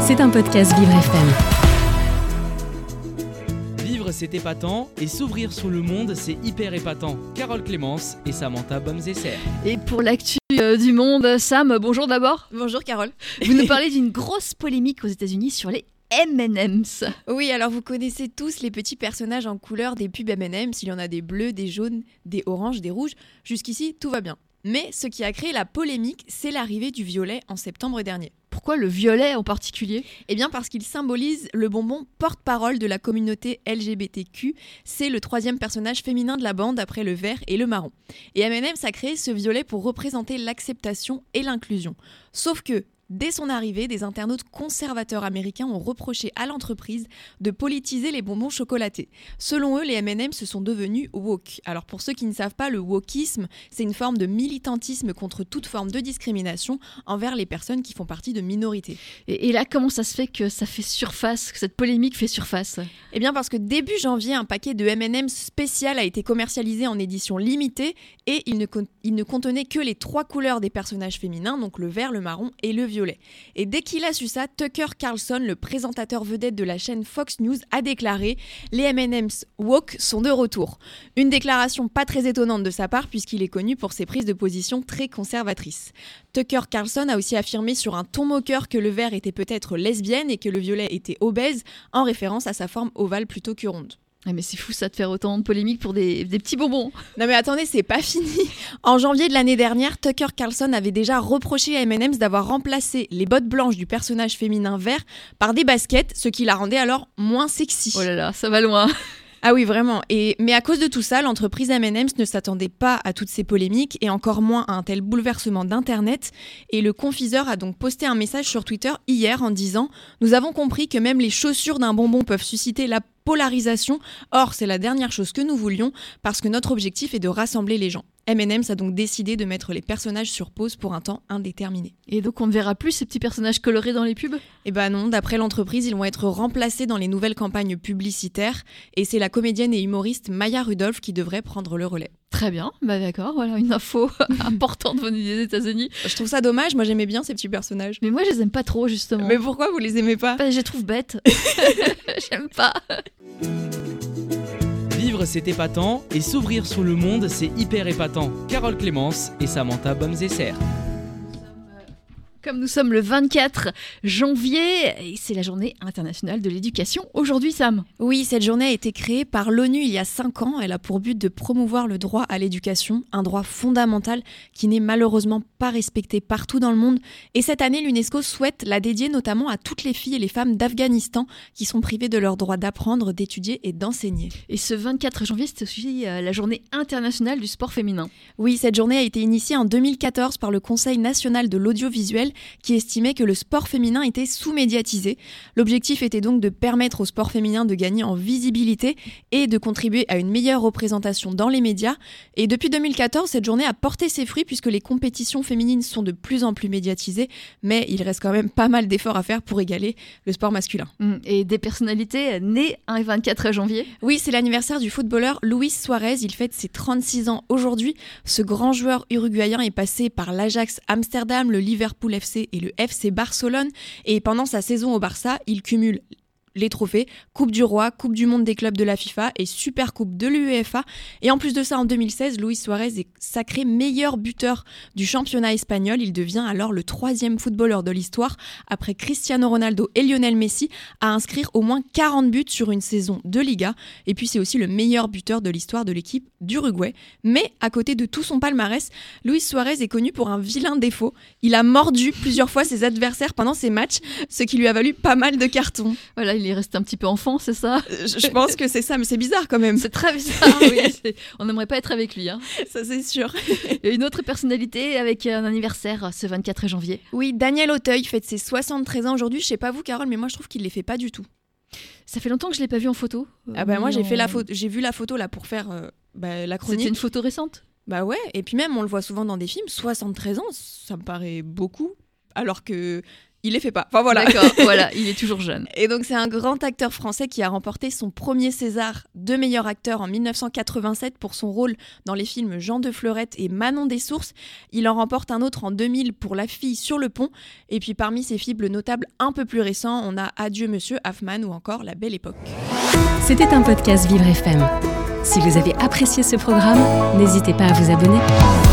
C'est un podcast Vivre FM. Vivre, c'est épatant, et s'ouvrir sur le monde, c'est hyper épatant. Carole Clémence et Samantha Bomzesser. Et pour l'actu du monde, Sam, bonjour d'abord. Bonjour Carole. Vous nous parlez d'une grosse polémique aux États-Unis sur les M&M's. Oui, alors vous connaissez tous les petits personnages en couleur des pubs M&M's. Il y en a des bleus, des jaunes, des oranges, des rouges. Jusqu'ici, tout va bien. Mais ce qui a créé la polémique, c'est l'arrivée du violet en septembre dernier. Pourquoi le violet en particulier ? Eh bien parce qu'il symbolise le bonbon porte-parole de la communauté LGBTQ. C'est le troisième personnage féminin de la bande après le vert et le marron. Et M&M's a créé ce violet pour représenter l'acceptation et l'inclusion. Sauf que, dès son arrivée, des internautes conservateurs américains ont reproché à l'entreprise de politiser les bonbons chocolatés. Selon eux, les M&M's se sont devenus woke. Alors pour ceux qui ne savent pas, le wokisme, c'est une forme de militantisme contre toute forme de discrimination envers les personnes qui font partie de minorités. Et là, comment ça se fait que ça fait surface, que cette polémique fait surface ? Eh bien parce que début janvier, un paquet de M&M's spécial a été commercialisé en édition limitée et il ne contenait que les 3 couleurs des personnages féminins, donc le vert, le marron et le violet. Et dès qu'il a su ça, Tucker Carlson, le présentateur vedette de la chaîne Fox News, a déclaré « Les M&M's woke sont de retour ». Une déclaration pas très étonnante de sa part puisqu'il est connu pour ses prises de position très conservatrices. Tucker Carlson a aussi affirmé sur un ton moqueur que le vert était peut-être lesbienne et que le violet était obèse, en référence à sa forme ovale plutôt que ronde. Ah mais c'est fou ça de faire autant de polémiques pour des petits bonbons. Non mais attendez, c'est pas fini. En janvier de l'année dernière, Tucker Carlson avait déjà reproché à M&M's d'avoir remplacé les bottes blanches du personnage féminin vert par des baskets, ce qui la rendait alors moins sexy. Oh là là, ça va loin. Ah oui, vraiment. Mais à cause de tout ça, l'entreprise M&M's ne s'attendait pas à toutes ces polémiques et encore moins à un tel bouleversement d'Internet. Et le confiseur a donc posté un message sur Twitter hier en disant « Nous avons compris que même les chaussures d'un bonbon peuvent susciter la polarisation. Or, c'est la dernière chose que nous voulions parce que notre objectif est de rassembler les gens. » M&M's a donc décidé de mettre les personnages sur pause pour un temps indéterminé. Et donc on ne verra plus ces petits personnages colorés dans les pubs ? Eh ben non, d'après l'entreprise, ils vont être remplacés dans les nouvelles campagnes publicitaires et c'est la comédienne et humoriste Maya Rudolph qui devrait prendre le relais. Très bien, bah d'accord, voilà une info importante venue des États-Unis. Je trouve ça dommage, moi j'aimais bien ces petits personnages. Mais moi je les aime pas trop justement. Mais pourquoi vous les aimez pas ? Bah, je les trouve bêtes. J'aime pas. Vivre, c'est épatant, et s'ouvrir sur le monde, c'est hyper épatant. Carole Clémence et Samantha Bomzesser. Comme nous sommes le 24 janvier, et c'est la journée internationale de l'éducation. Aujourd'hui, Sam. Oui, cette journée a été créée par l'ONU il y a 5 ans. Elle a pour but de promouvoir le droit à l'éducation, un droit fondamental qui n'est malheureusement pas respecté partout dans le monde. Et cette année, l'UNESCO souhaite la dédier notamment à toutes les filles et les femmes d'Afghanistan qui sont privées de leur droit d'apprendre, d'étudier et d'enseigner. Et ce 24 janvier, c'est aussi la journée internationale du sport féminin. Oui, cette journée a été initiée en 2014 par le Conseil national de l'audiovisuel qui estimait que le sport féminin était sous-médiatisé. L'objectif était donc de permettre au sport féminin de gagner en visibilité et de contribuer à une meilleure représentation dans les médias. Et depuis 2014, cette journée a porté ses fruits puisque les compétitions féminines sont de plus en plus médiatisées, mais il reste quand même pas mal d'efforts à faire pour égaler le sport masculin. Et des personnalités nées un 24 janvier ? Oui, c'est l'anniversaire du footballeur Luis Suarez. Il fête ses 36 ans aujourd'hui. Ce grand joueur uruguayen est passé par l'Ajax Amsterdam, le Liverpool FC et le FC Barcelone. Et pendant sa saison au Barça, il cumule les trophées, Coupe du Roi, Coupe du Monde des clubs de la FIFA et Super Coupe de l'UEFA. Et en plus de ça, en 2016, Luis Suarez est sacré meilleur buteur du championnat espagnol. Il devient alors le 3e footballeur de l'histoire, après Cristiano Ronaldo et Lionel Messi, à inscrire au moins 40 buts sur une saison de Liga. Et puis c'est aussi le meilleur buteur de l'histoire de l'équipe d'Uruguay. Mais à côté de tout son palmarès, Luis Suarez est connu pour un vilain défaut. Il a mordu plusieurs fois ses adversaires pendant ses matchs, ce qui lui a valu pas mal de cartons. Voilà, il est resté un petit peu enfant, c'est ça ? Je pense que c'est ça, mais c'est bizarre quand même. C'est très bizarre, oui. On n'aimerait pas être avec lui. Hein. Ça, c'est sûr. Et une autre personnalité avec un anniversaire ce 24 janvier. Oui, Daniel Auteuil fête ses 73 ans aujourd'hui. Je sais pas vous, Carole, mais moi, je trouve qu'il les fait pas du tout. Ça fait longtemps que je l'ai pas vu en photo. Ah bah moi, j'ai vu la photo là pour faire la chronique. C'était une photo récente ? Bah ouais, et puis même, on le voit souvent dans des films. 73 ans, ça me paraît beaucoup. Alors que il les fait pas. Enfin voilà. D'accord, voilà, il est toujours jeune. Et donc c'est un grand acteur français qui a remporté son premier César de meilleur acteur en 1987 pour son rôle dans les films Jean de Fleurette et Manon des Sources. Il en remporte un autre en 2000 pour La fille sur le pont. Et puis parmi ses films notables un peu plus récents, on a Adieu Monsieur Hoffman ou encore La Belle Époque. C'était un podcast Vivre FM. Si vous avez apprécié ce programme, n'hésitez pas à vous abonner.